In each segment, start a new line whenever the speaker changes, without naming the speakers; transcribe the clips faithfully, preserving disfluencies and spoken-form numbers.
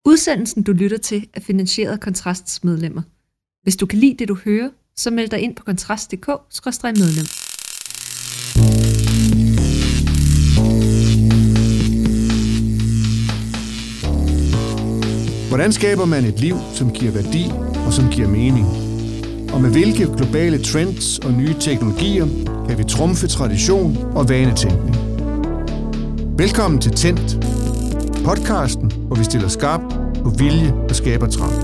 Udsendelsen, du lytter til, er finansieret af Kontrasts medlemmer. Hvis du kan lide det, du hører, så meld dig ind på kontrast punktum d k skråstreg medlem.
Hvordan skaber man et liv, som giver værdi og som giver mening? Og med hvilke globale trends og nye teknologier kan vi trumfe tradition og vanetænkning? Velkommen til Tændt, podcasten, hvor vi stiller skarpt på vilje og skabertrang.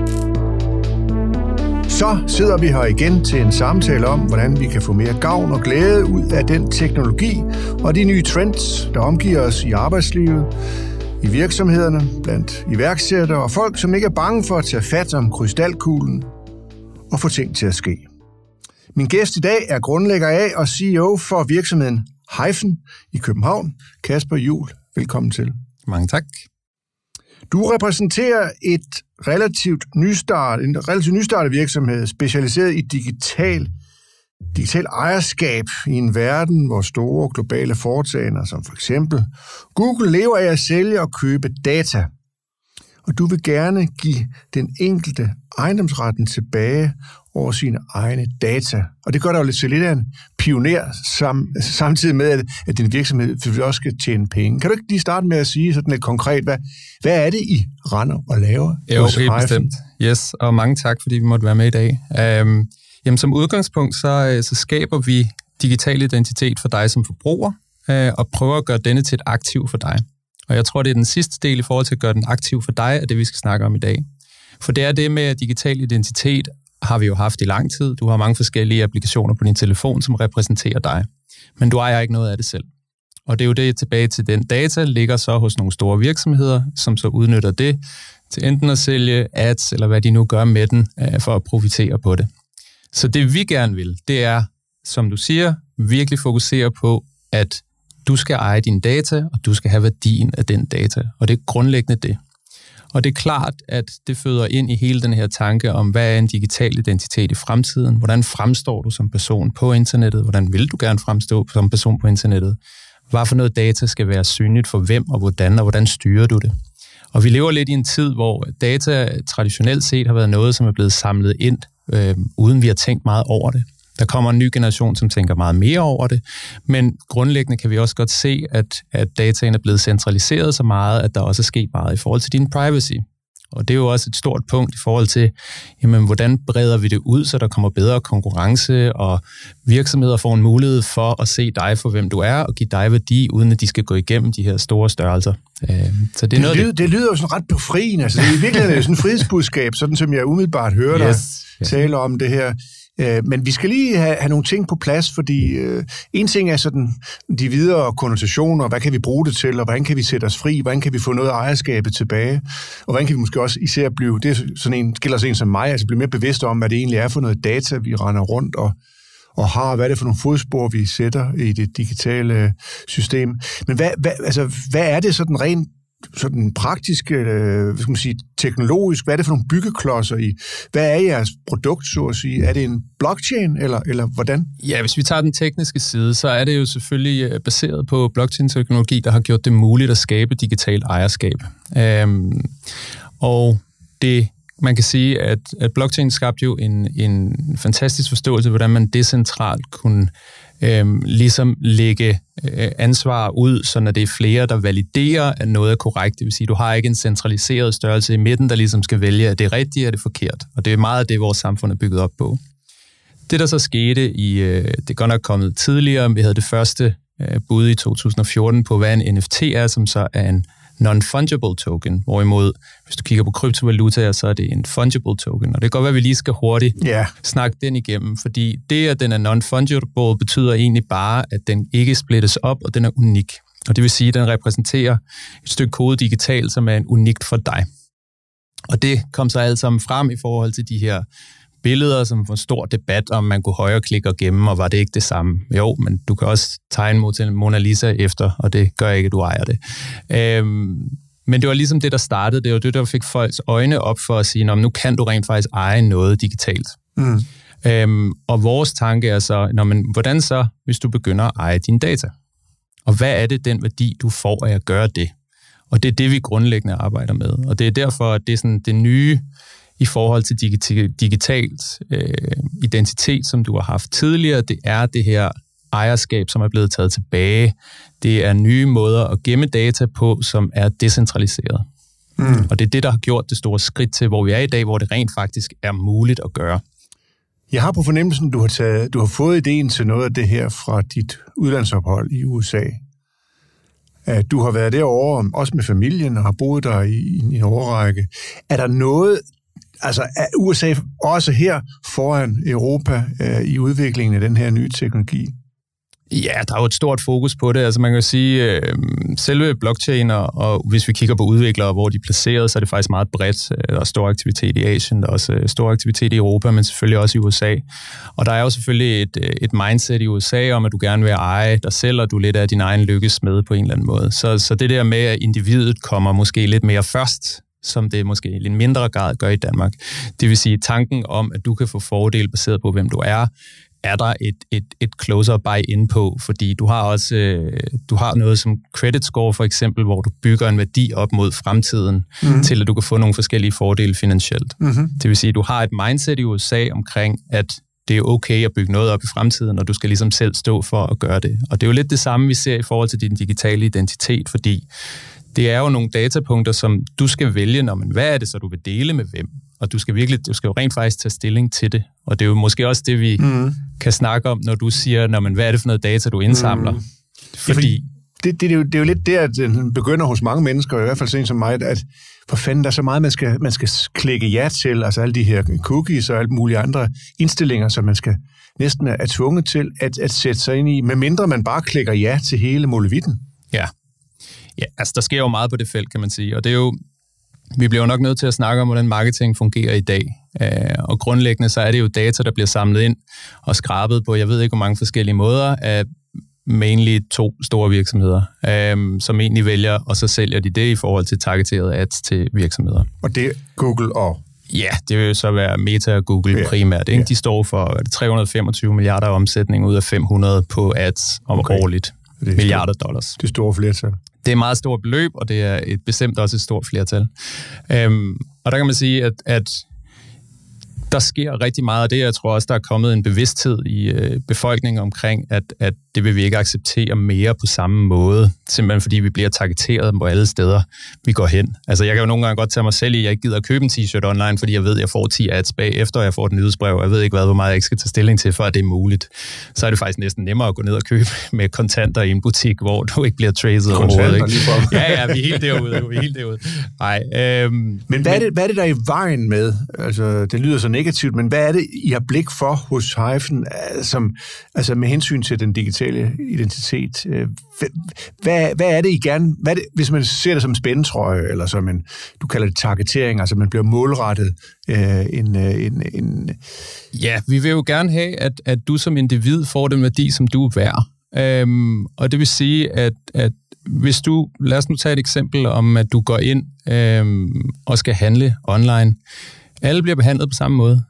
Så sidder vi her igen til en samtale om, hvordan vi kan få mere gavn og glæde ud af den teknologi og de nye trends, der omgiver os i arbejdslivet, i virksomhederne, blandt iværksættere og folk, som ikke er bange for at tage fat om krystalkuglen og få ting til at ske. Min gæst i dag er grundlægger af og C E O for virksomheden Hyphen i København. Kasper Juhl, velkommen til.
Mange tak.
Du repræsenterer et relativt nystart, en relativt nystartet virksomhed, specialiseret i digital, digital ejerskab i en verden, hvor store globale foretagender, som for eksempel Google, lever af at sælge og købe data. Og du vil gerne give den enkelte ejendomsretten tilbage over sine egne data. Og det gør dig jo lidt til lidt af en pioner, sam, samtidig med, at, at din virksomhed også skal tjene penge. Kan du ikke lige starte med at sige sådan lidt konkret, hvad, hvad er det, I render og laver?
Jo, helt bestemt. Yes, og mange tak, fordi vi måtte være med i dag. Um, jamen, som udgangspunkt, så, så skaber vi digital identitet for dig som forbruger, uh, og prøver at gøre denne til et aktiv for dig. Og jeg tror, det er den sidste del i forhold til at gøre den aktiv for dig, af det, vi skal snakke om i dag. For det er det med, at digital identitet har vi jo haft i lang tid. Du har mange forskellige applikationer på din telefon, som repræsenterer dig. Men du ejer ikke noget af det selv. Og det er jo det tilbage til den data, ligger så hos nogle store virksomheder, som så udnytter det til enten at sælge ads, eller hvad de nu gør med den, for at profitere på det. Så det vi gerne vil, det er, som du siger, virkelig fokusere på, at du skal eje dine data, og du skal have værdien af den data. Og det er grundlæggende det. Og det er klart, at det føder ind i hele den her tanke om, hvad er en digital identitet i fremtiden? Hvordan fremstår du som person på internettet? Hvordan vil du gerne fremstå som person på internettet? Hvad for noget data skal være synligt for hvem og hvordan, og hvordan styrer du det? Og vi lever lidt i en tid, hvor data traditionelt set har været noget, som er blevet samlet ind, øh, uden vi har tænkt meget over det. Der kommer en ny generation, som tænker meget mere over det, men grundlæggende kan vi også godt se, at, at dataen er blevet centraliseret så meget, at der også er sket meget i forhold til din privacy. Og det er jo også et stort punkt i forhold til, jamen, hvordan breder vi det ud, så der kommer bedre konkurrence, og virksomheder får en mulighed for at se dig for, hvem du er, og give dig værdi, uden at de skal gå igennem de her store størrelser. Så det, er
det,
noget,
lyder, det lyder jo sådan ret befriende. Altså, det er i virkeligheden sådan et frihedsbudskab, sådan som jeg umiddelbart hører dig yes. tale om det her. Men vi skal lige have, have nogle ting på plads, fordi øh, en ting er sådan de videre konnotationer, hvad kan vi bruge det til, og hvordan kan vi sætte os fri, hvordan kan vi få noget af ejerskabet tilbage, og hvordan kan vi måske også især blive, det er sådan en, gælder sådan en som mig, altså blive mere bevidst om, hvad det egentlig er for noget data, vi render rundt og, og har, hvad er det for nogle fodspor, vi sætter i det digitale system. Men hvad, hvad, altså, hvad er det sådan rent sådan praktisk, øh, hvad skal man sige, teknologisk, hvad er det for nogle byggeklodser i? Hvad er jeres produkt, så at sige? Er det en blockchain, eller, eller hvordan?
Ja, hvis vi tager den tekniske side, så er det jo selvfølgelig baseret på blockchain-teknologi, der har gjort det muligt at skabe digitalt ejerskab. Øhm, og det, man kan sige, at, at blockchain skabte jo en, en fantastisk forståelse, hvordan man decentralt kunne Øhm, ligesom lægge øh, ansvar ud, så når det er flere, der validerer, at noget er korrekt. Det vil sige, du har ikke en centraliseret størrelse i midten, der ligesom skal vælge, at det er rigtigt, og det er forkert. Og det er meget af det, vores samfund er bygget op på. Det, der så skete i, øh, det er godt nok kommet tidligere, vi havde det første øh, bud i to tusind og fjorten på, hvad en N F T er, som så er en non-fungible token, hvorimod, hvis du kigger på kryptovalutaer, så er det en fungible token, og det kan godt være, at vi lige skal hurtigt yeah. snakke den igennem, fordi det, at den er non-fungible, betyder egentlig bare, at den ikke splittes op, og den er unik. Og det vil sige, at den repræsenterer et stykke kode digitalt, som er unikt for dig. Og det kom så alt sammen frem i forhold til de her billeder, som får stor debat om, man kunne højreklikke og gemme, og var det ikke det samme? Jo, men du kan også tegne Mona Lisa efter, og det gør ikke, at du ejer det. Øhm, men det var ligesom det, der startede. Det var det, der fik folks øjne op for at sige, nu kan du rent faktisk eje noget digitalt. Mm. Øhm, og vores tanke er så, når man, hvordan så, hvis du begynder at eje dine data? Og hvad er det, den værdi, du får af at gøre det? Og det er det, vi grundlæggende arbejder med. Og det er derfor, at det er sådan det nye i forhold til digitalt, digitalt øh, identitet, som du har haft tidligere. Det er det her ejerskab, som er blevet taget tilbage. Det er nye måder at gemme data på, som er decentraliseret. Mm. Og det er det, der har gjort det store skridt til, hvor vi er i dag, hvor det rent faktisk er muligt at gøre.
Jeg har på fornemmelsen, du har, taget, du har fået ideen til noget af det her fra dit udlandsophold i U S A. At du har været derovre, også med familien, og har boet der i, i en årrække. Er der noget, altså er U S A også her foran Europa øh, i udviklingen af den her nye teknologi?
Ja, der er jo et stort fokus på det. Altså man kan jo sige, øh, selve blockchain, og, og hvis vi kigger på udviklere, hvor de er placeret, så er det faktisk meget bredt. Der er stor aktivitet i Asien, der er også stor aktivitet i Europa, men selvfølgelig også i U S A. Og der er jo selvfølgelig et, et mindset i U S A om, at du gerne vil eje dig selv, og du lidt af din egen lykkesmed på en eller anden måde. Så, så det der med, at individet kommer måske lidt mere først, som det måske i lidt mindre grad gør i Danmark. Det vil sige tanken om, at du kan få fordel baseret på, hvem du er, er der et, et, et closer buy in på, fordi du har også øh, du har noget som credit score for eksempel, hvor du bygger en værdi op mod fremtiden, mm-hmm. til at du kan få nogle forskellige fordele finansielt. Mm-hmm. Det vil sige, at du har et mindset i U S A omkring, at det er okay at bygge noget op i fremtiden, og du skal ligesom selv stå for at gøre det. Og det er jo lidt det samme, vi ser i forhold til din digitale identitet, fordi det er jo nogle datapunkter, som du skal vælge, når man, hvad er det så, du vil dele med hvem? Og du skal virkelig, du skal jo rent faktisk tage stilling til det. Og det er jo måske også det, vi mm. kan snakke om, når du siger, når man, hvad er det for noget data, du indsamler? Mm. Fordi...
Det, det, det, er jo, det er jo lidt der, at den begynder hos mange mennesker, i hvert fald sådan som mig, at for fanden, der er så meget, man skal, man skal klikke ja til, altså alle de her cookies og alle mulige andre indstillinger, som man skal næsten er tvunget til at, at sætte sig ind i, medmindre man bare klikker ja til hele molevitten.
Ja. Ja, altså der sker jo meget på det felt, kan man sige, og det er jo, vi bliver jo nok nødt til at snakke om, hvordan marketing fungerer i dag, og grundlæggende så er det jo data, der bliver samlet ind og skrabet på, jeg ved ikke hvor mange forskellige måder, af mainly to store virksomheder, som egentlig vælger, og så sælger de det i forhold til targeterede ads til virksomheder.
Og det er Google og...
Ja, det vil så være Meta og Google ja. primært. Ikke? Ja. De står for tre hundrede og femogtyve milliarder omsætning ud af fem hundrede på ads om okay. årligt. Milliarder dollars.
Det er store flertal.
Det er et meget stort beløb, og det er et bestemt også et stort flertal. Øhm, og der kan man sige, at, at der sker rigtig meget af det. Jeg tror også, der er kommet en bevidsthed i øh, befolkningen omkring, at, at det vil vi ikke acceptere mere på samme måde. Simpelthen fordi vi bliver targeteret på alle steder, vi går hen. Altså jeg kan jo nogle gange godt tage mig selv i, at jeg ikke gider at købe en t-shirt online, fordi jeg ved, at jeg får ti ads bagefter, og jeg får et nyhedsbrev, og jeg ved ikke, hvad, hvor meget jeg ikke skal tage stilling til, for at det er muligt. Så er det faktisk næsten nemmere at gå ned og købe med kontanter i en butik, hvor du ikke bliver traced overhovedet. Ikke? Ja, ja, vi er helt derude. Vi er helt derude. Nej, øhm,
men hvad er, det, hvad er det, der er i vejen med? Altså, det lyder så negativt, men hvad er det, I har blik for hos Hyphen, som, altså med hensyn til den digitale identitet? Hvad, hvad er det, I gerne... Hvad er det, hvis man ser det som spændetrøje, eller som en... Du kalder det targetering, altså man bliver målrettet øh, en, en, en...
Ja, vi vil jo gerne have, at, at du som individ får den værdi, som du er værd. Øhm, og det vil sige, at, at hvis du... Lad os nu tage et eksempel om, at du går ind øhm, og skal handle online. Alle bliver behandlet på samme måde.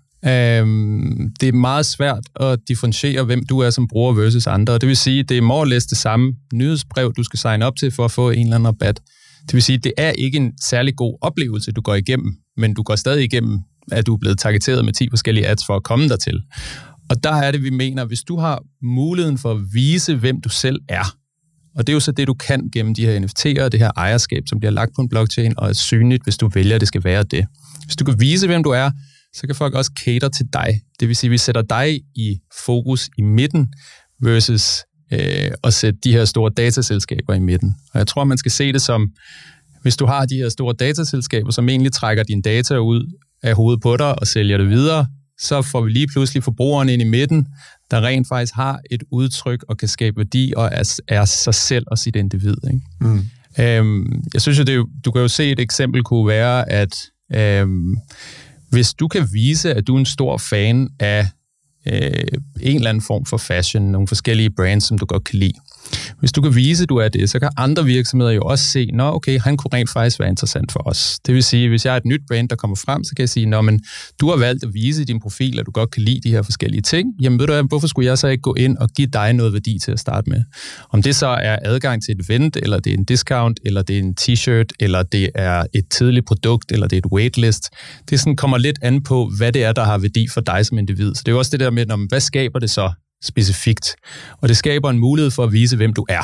Øhm, det er meget svært at differentiere, hvem du er som bruger versus andre. Det vil sige, det er more or less det samme nyhedsbrev, du skal signe op til for at få en eller anden rabat. Det vil sige, det er ikke en særlig god oplevelse, du går igennem, men du går stadig igennem, at du er blevet targeteret med ti forskellige ads for at komme dertil. Og der er det, vi mener, hvis du har muligheden for at vise, hvem du selv er, og det er jo så det, du kan gennem de her N F T'er og det her ejerskab, som bliver lagt på en blockchain, og er synligt, hvis du vælger, at det skal være det. Hvis du kan vise, hvem du er, så kan folk også cater til dig. Det vil sige, at vi sætter dig i fokus i midten, versus øh, at sætte de her store dataselskaber i midten. Og jeg tror, man skal se det som, hvis du har de her store dataselskaber, som egentlig trækker dine data ud af hovedet på dig og sælger det videre, så får vi lige pludselig forbrugeren ind i midten, der rent faktisk har et udtryk og kan skabe værdi og er, er sig selv og sit individ. Ikke? Mm. Øhm, jeg synes jo, det er jo, du kan jo se et eksempel kunne være, at øhm, hvis du kan vise, at du er en stor fan af øh, en eller anden form for fashion, nogle forskellige brands, som du godt kan lide, Hvis du kan vise, at du er det, så kan andre virksomheder jo også se, nå okay, han kunne rent faktisk være interessant for os. Det vil sige, hvis jeg er et nyt brand, der kommer frem, så kan jeg sige, nå, men du har valgt at vise i din profil, at du godt kan lide de her forskellige ting. Jamen ved du hvad, hvorfor skulle jeg så ikke gå ind og give dig noget værdi til at starte med? Om det så er adgang til et event, eller det er en discount, eller det er en t-shirt, eller det er et tidligt produkt, eller det er et waitlist. Det sådan kommer lidt an på, hvad det er, der har værdi for dig som individ. Så det er jo også det der med, når, hvad skaber det så specifikt? Og det skaber en mulighed for at vise, hvem du er.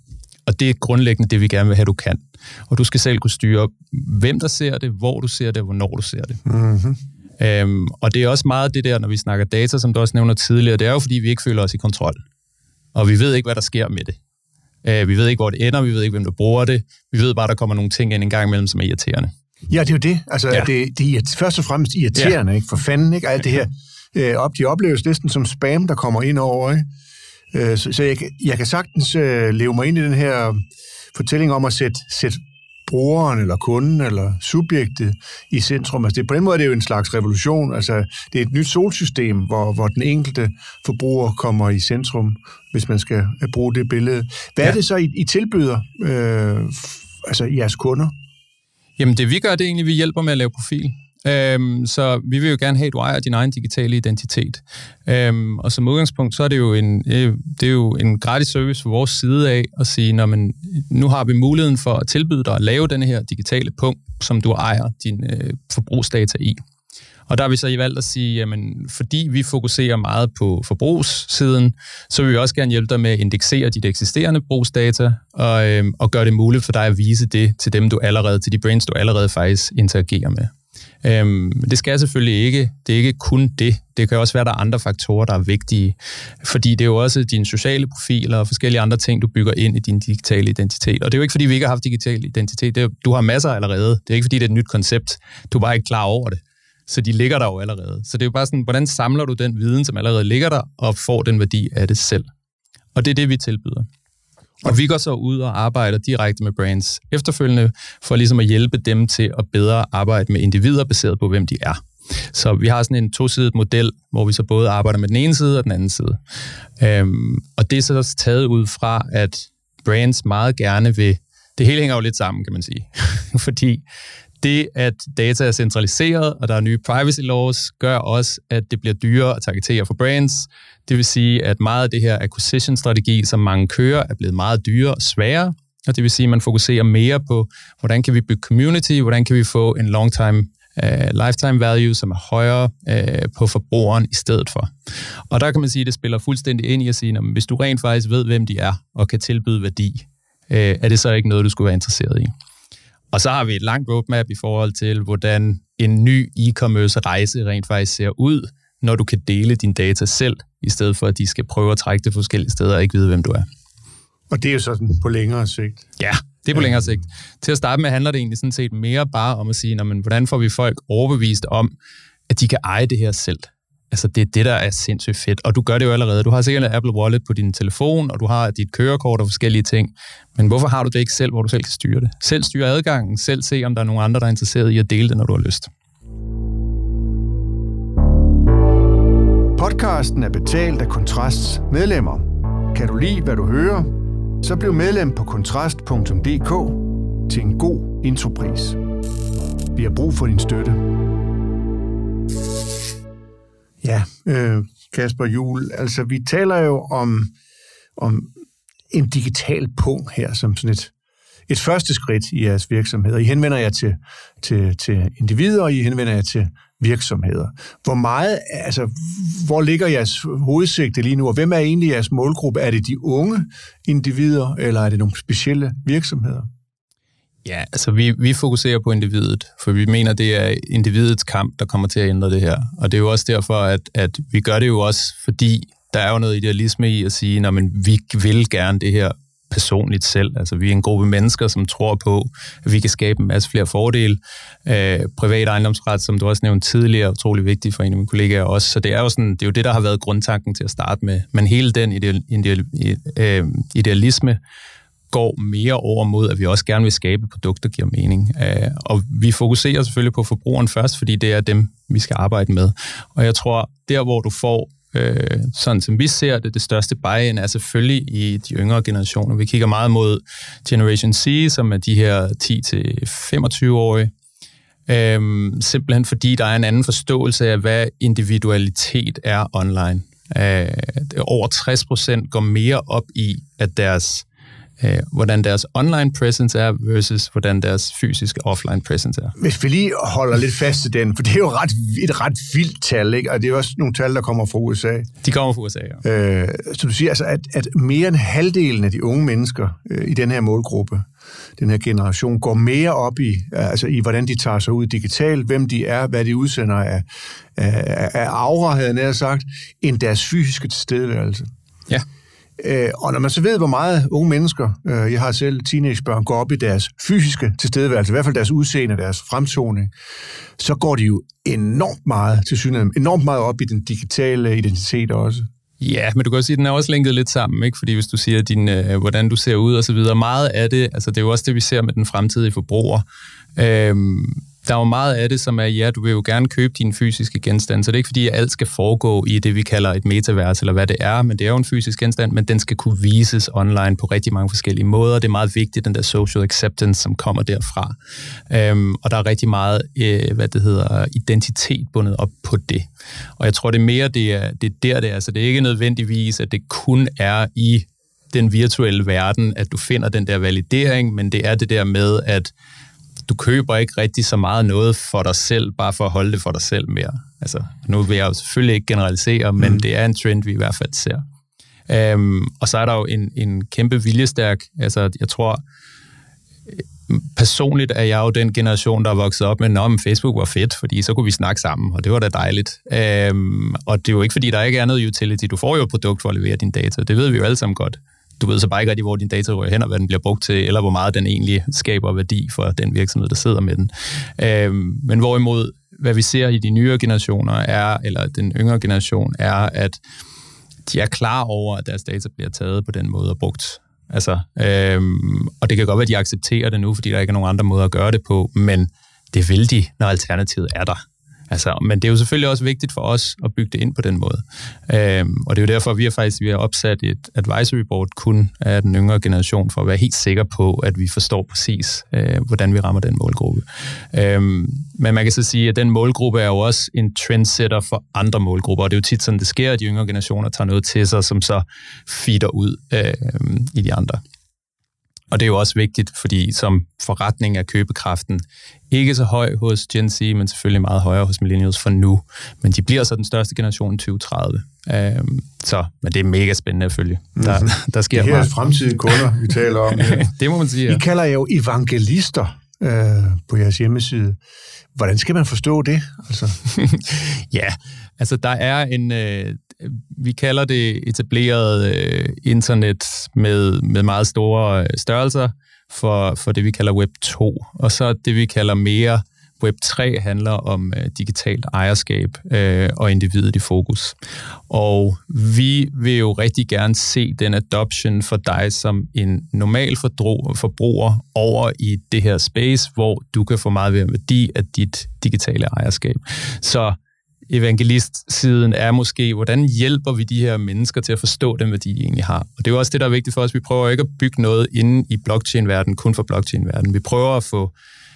Og det er grundlæggende det, vi gerne vil have, du kan. Og du skal selv kunne styre, hvem der ser det, hvor du ser det, hvornår du ser det. Mm-hmm. Øhm, og det er også meget det der, når vi snakker data, som du også nævner tidligere, det er jo, fordi vi ikke føler os i kontrol. Og vi ved ikke, hvad der sker med det. Øh, vi ved ikke, hvor det ender, vi ved ikke, hvem der bruger det. Vi ved bare, der kommer nogle ting ind en gang imellem, som er irriterende.
Ja, det er jo det. Altså, ja. det, det er først og fremmest irriterende, ja. Ikke? For fanden, ikke? Alt det her. Øh, op, de opleves næsten som spam, der kommer ind over, ikke? Øh, så så jeg, jeg kan sagtens øh, leve mig ind i den her fortælling om at sætte, sætte brugeren eller kunden eller subjektet i centrum. Altså det, på den måde er det jo en slags revolution. Altså, det er et nyt solsystem, hvor, hvor den enkelte forbruger kommer i centrum, hvis man skal bruge det billede. Hvad ja. er det så, I, I tilbyder øh, altså jeres kunder?
Jamen det vi gør, det er egentlig, vi hjælper med at lave profil. Øhm, så vi vil jo gerne have, at du ejer din egen digitale identitet. Øhm, og som udgangspunkt, så er det jo en, det er jo en gratis service fra vores side af at sige, når man, nu har vi muligheden for at tilbyde dig at lave denne her digitale punkt, som du ejer din øh, forbrugsdata i. Og der har vi så i valgt at sige, jamen, fordi vi fokuserer meget på forbrugssiden, så vil vi også gerne hjælpe dig med at indeksere dit eksisterende brugsdata, og, øh, og gøre det muligt for dig at vise det til dem, du allerede, til de brands, du allerede faktisk interagerer med. Øhm, det skal selvfølgelig ikke, det er ikke kun det. Det kan også være, der er andre faktorer, der er vigtige, fordi det er jo også dine sociale profiler og forskellige andre ting, du bygger ind i din digitale identitet. Og det er jo ikke, fordi vi ikke har haft digital identitet. Det er, du har masser allerede. Det er ikke, fordi det er et nyt koncept. Du er bare ikke klar over det. Så de ligger der jo allerede. Så det er jo bare sådan, hvordan samler du den viden, som allerede ligger der, og får den værdi af det selv. Og det er det, vi tilbyder. Og vi går så ud og arbejder direkte med brands efterfølgende, for ligesom at hjælpe dem til at bedre arbejde med individer, baseret på, hvem de er. Så vi har sådan en tosidet model, hvor vi så både arbejder med den ene side og den anden side. Øhm, og det er så taget ud fra, at brands meget gerne vil... Det hele hænger jo lidt sammen, kan man sige. Fordi det, at data er centraliseret, og der er nye privacy laws, gør også, at det bliver dyrere at targetere for brands. Det vil sige, at meget af det her acquisition-strategi, som mange kører, er blevet meget dyrere og sværere. Og det vil sige, at man fokuserer mere på, hvordan kan vi bygge community, hvordan kan vi få en long-time uh, lifetime value, som er højere uh, på forbrugeren i stedet for. Og der kan man sige, at det spiller fuldstændig ind i at sige, at hvis du rent faktisk ved, hvem de er, og kan tilbyde værdi, uh, er det så ikke noget, du skulle være interesseret i. Og så har vi et langt roadmap i forhold til, hvordan en ny e-commerce-rejse rent faktisk ser ud, når du kan dele dine data selv, i stedet for, at de skal prøve at trække det forskellige steder og ikke vide, hvem du er.
Og det er jo sådan på længere sigt.
Ja, det er på længere sigt. Til at starte med handler det egentlig sådan set mere bare om at sige, når man, hvordan får vi folk overbevist om, at de kan eje det her selv. Altså det er det, der er sindssygt fedt. Og du gør det jo allerede. Du har sikkert en Apple Wallet på din telefon, og du har dit kørekort og forskellige ting. Men hvorfor har du det ikke selv, hvor du selv kan styre det? Selv styre adgangen. Selv se, om der er nogen andre, der er interesseret i at dele det, når du har lyst.
Podcasten er betalt af Kontrasts medlemmer. Kan du lide, hvad du hører? Så bliv medlem på kontrast punktum d k til en god intropris. Vi har brug for din støtte. Ja, øh, Kasper Juhl, altså vi taler jo om, om en digital punkt her, som sådan et, et første skridt i jeres virksomhed. I henvender jer til, til, til individer, og I henvender jer til virksomheder. Hvor meget, altså, hvor ligger jeres hovedsigte lige nu, og hvem er egentlig jeres målgruppe? Er det de unge individer, eller er det nogle specielle virksomheder?
Ja, altså vi, vi fokuserer på individet, for vi mener, det er individets kamp, der kommer til at ændre det her. Og det er jo også derfor, at, at vi gør det jo også, fordi der er jo noget idealisme i at sige, at vi vil gerne det her personligt selv. Altså vi er en gruppe mennesker, som tror på, at vi kan skabe en masse flere fordele. Øh, privat ejendomsret, som du også nævnte tidligere, er utrolig vigtigt for en af mine kollegaer også. Så det er jo sådan, det er jo det, der har været grundtanken til at starte med. Men hele den ideal, ideal, øh, idealisme går mere over mod, at vi også gerne vil skabe produkter, der giver mening. Øh, og vi fokuserer selvfølgelig på forbrugeren først, fordi det er dem, vi skal arbejde med. Og jeg tror, der hvor du får øh, sådan som vi ser det, det største buy-in er selvfølgelig i de yngre generationer. Vi kigger meget mod Generation C, som er de her ti til femogtyve-årige. Øhm, simpelthen fordi der er en anden forståelse af, hvad individualitet er online. Øh, over tres procent går mere op i, at deres, øh, hvordan deres online presence er, versus hvordan deres fysiske offline presence er.
Hvis vi lige holder lidt fast til den, for det er jo ret, et ret vildt tal, ikke? Og det er også nogle tal, der kommer fra U S A.
De kommer fra U S A, ja.
Øh, så du siger altså, at, at mere end halvdelen af de unge mennesker øh, i den her målgruppe, den her generation, går mere op i, altså i hvordan de tager sig ud digitalt, hvem de er, hvad de udsender af, af, af aura, havde jeg nær sagt, end deres fysiske tilstedeværelse.
Ja.
Øh, og når man så ved, hvor meget unge mennesker, øh, jeg har selv teenagebørn, går op i deres fysiske tilstedeværelse, i hvert fald deres udseende, deres fremtoning, så går de jo enormt meget til synligheden, enormt meget op i den digitale identitet også.
Ja, men du kan også sige, at den er også linket lidt sammen, ikke? Fordi hvis du siger, din, øh, hvordan du ser ud og så videre, meget af det, altså det er jo også det, vi ser med den fremtidige forbruger. Øhm, der er jo meget af det, som er, ja, du vil jo gerne købe dine fysiske genstande, så det er ikke fordi, at alt skal foregå i det, vi kalder et metavers, eller hvad det er, men det er jo en fysisk genstand, men den skal kunne vises online på rigtig mange forskellige måder. Det er meget vigtigt, den der social acceptance, som kommer derfra. Øhm, og der er rigtig meget, øh, hvad det hedder, identitet bundet op på det. Og jeg tror, det er mere, det er, det er der, det er. Så det er ikke nødvendigvis, at det kun er i den virtuelle verden, at du finder den der validering, men det er det der med, at du køber ikke rigtig så meget noget for dig selv, bare for at holde det for dig selv mere. Altså, nu vil jeg jo selvfølgelig ikke generalisere, men mm. det er en trend, vi i hvert fald ser. Øhm, og så er der jo en, en kæmpe viljestærk, altså jeg tror, personligt er jeg jo den generation, der er vokset op med, at Facebook var fedt, fordi så kunne vi snakke sammen, og det var da dejligt. Øhm, og det er jo ikke, fordi der ikke er noget utility. Du får jo et produkt for at levere dine data. Det ved vi jo alle sammen godt. Du ved så bare ikke rigtig, hvor din data rører hen, og hvad den bliver brugt til, eller hvor meget den egentlig skaber værdi for den virksomhed, der sidder med den. Øhm, men hvorimod, hvad vi ser i de nyere generationer, er, eller den yngre generation, er, at de er klar over, at deres data bliver taget på den måde og brugt. Altså, øhm, og det kan godt være, at de accepterer det nu, fordi der ikke er nogen andre måder at gøre det på, men det vil de, når alternativet er der. Altså, men det er jo selvfølgelig også vigtigt for os at bygge det ind på den måde. Øhm, og det er jo derfor, vi har faktisk vi har opsat et advisory board kun af den yngre generation, for at være helt sikker på, at vi forstår præcis, øh, hvordan vi rammer den målgruppe. Øhm, men man kan så sige, at den målgruppe er jo også en trendsetter for andre målgrupper, og det er jo tit sådan, det sker, at de yngre generationer tager noget til sig, som så feeder ud øh, i de andre. Og det er jo også vigtigt, fordi som forretning er købekraften ikke så høj hos Gen Z, men selvfølgelig meget højere hos millennials for nu. Men de bliver så den største generation i tyve tredive. Øhm, så, men det er mega spændende at følge. Der, mm-hmm. der sker
det her
meget.
er fremtidige kunder, vi taler om. Ja.
Det må man sige, ja.
I kalder jer jo evangelister øh, på jeres hjemmeside. Hvordan skal man forstå det? Altså?
Ja, altså der er en... Øh, vi kalder det etableret øh, internet med, med meget store størrelser for, for det, vi kalder web to. Og så det, vi kalder mere web tre, handler om øh, digitalt ejerskab øh, og individet i fokus. Og vi vil jo rigtig gerne se den adoption for dig som en normal forbruger over i det her space, hvor du kan få meget værdi af dit digitale ejerskab. Så evangelist-siden er måske, hvordan hjælper vi de her mennesker til at forstå den værdi, de egentlig har. Og det er jo også det, der er vigtigt for os. Vi prøver ikke at bygge noget inde i blockchain-verdenen, kun for blockchain-verdenen. Vi prøver at få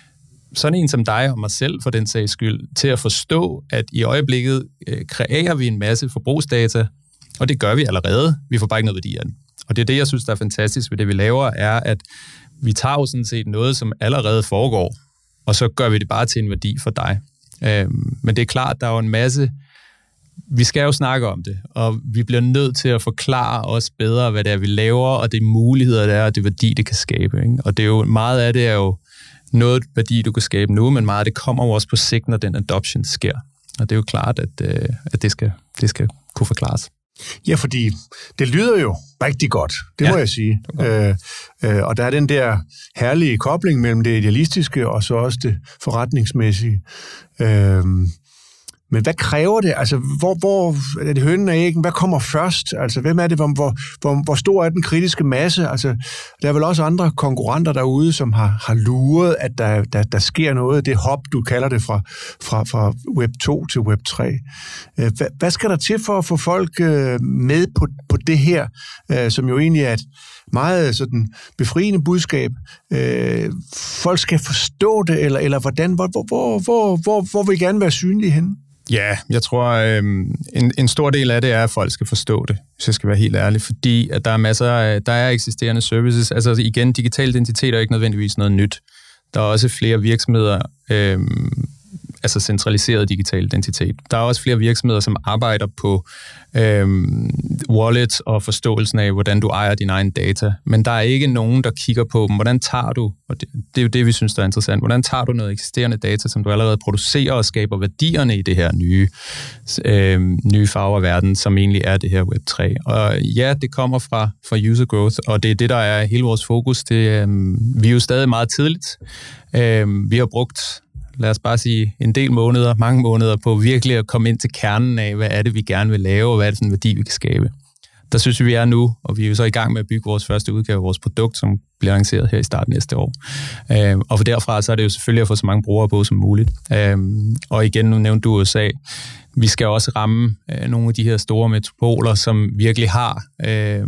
sådan en som dig og mig selv, for den sags skyld, til at forstå, at i øjeblikket øh, kreerer vi en masse forbrugsdata, og det gør vi allerede. Vi får bare ikke noget værdi af den. Og det er det, jeg synes, der er fantastisk ved det, vi laver, er, at vi tager jo sådan set noget, som allerede foregår, og så gør vi det bare til en værdi for dig. Øhm, men det er klart, der er jo en masse... Vi skal jo snakke om det, og vi bliver nødt til at forklare os bedre, hvad det er, vi laver, og det muligheder, der er, og det værdi, det kan skabe. Ikke? Og det er jo meget af det er jo noget værdi, du kan skabe nu, men meget af det kommer jo også på sigt, når den adoption sker. Og det er jo klart, at, øh, at det, skal, det skal kunne forklares.
Ja, fordi det lyder jo rigtig godt, det ja, må jeg sige. Øh, øh, og der er den der herlige kobling mellem det idealistiske og så også det forretningsmæssige. Øh, men hvad kræver det? Altså, hvor, hvor er det hønen og æggen? Hvad kommer først? Altså, hvem er det? Hvor, hvor, hvor stor er den kritiske masse? Altså, der er vel også andre konkurrenter derude, som har, har luret, at der, der, der sker noget. Det hop, du kalder det, fra, fra, fra web to til web tre. Hvad, hvad skal der til for at få folk med på, på det her, som jo egentlig er et meget sådan befriende budskab? Folk skal forstå det, eller, eller hvordan? Hvor, hvor, hvor, hvor, hvor vil I gerne være synlige henne?
Ja, jeg tror, øh, en, en stor del af det er, at folk skal forstå det, hvis jeg skal være helt ærlig, fordi at der er masser af, der er eksisterende services. Altså igen, digital identitet er ikke nødvendigvis noget nyt. Der er også flere virksomheder, øh, altså centraliseret digital identitet. Der er også flere virksomheder, som arbejder på øhm, wallets og forståelsen af, hvordan du ejer din egen data. Men der er ikke nogen, der kigger på, hvordan tager du, og det, det er jo det, vi synes, der er interessant, hvordan tager du noget eksisterende data, som du allerede producerer og skaber værdierne i det her nye, øhm, nye farververden, som egentlig er det her web tre. Og ja, det kommer fra, fra user growth, og det er det, der er hele vores fokus. Det, øhm, vi er jo stadig meget tidligt. Øhm, vi har brugt lad os bare sige, en del måneder, mange måneder på virkelig at komme ind til kernen af, hvad er det, vi gerne vil lave, og hvad er det for en værdi, vi kan skabe. Der synes vi, vi er nu, og vi er jo så i gang med at bygge vores første udgave af vores produkt, som bliver lanceret her i starten næste år. Øh, og for derfra, så er det jo selvfølgelig at få så mange brugere på som muligt. Øh, og igen, nu nævnte du U S A. Vi skal også ramme øh, nogle af de her store metropoler, som virkelig har... Øh,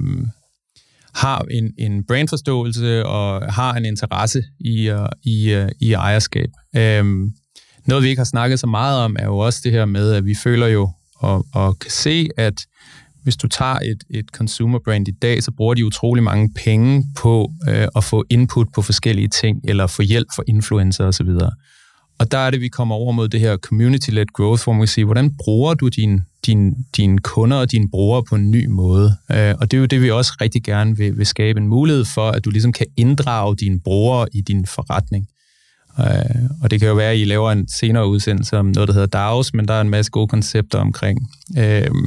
har en, en brandforståelse og har en interesse i, uh, i, uh, i ejerskab. Um, noget, vi ikke har snakket så meget om, er jo også det her med, at vi føler jo og, og kan se, at hvis du tager et, et consumer brand i dag, så bruger de utrolig mange penge på uh, at få input på forskellige ting, eller få hjælp for influencer osv. Og der er det, vi kommer over mod det her community-led growth, hvor man kan sige, hvordan bruger du din, din, dine kunder og dine brugere på en ny måde? Uh, og det er jo det, vi også rigtig gerne vil, vil skabe en mulighed for, at du ligesom kan inddrage dine brugere i din forretning. Uh, og det kan jo være, at I laver en senere udsendelse om noget, der hedder D A O's, men der er en masse gode koncepter omkring uh,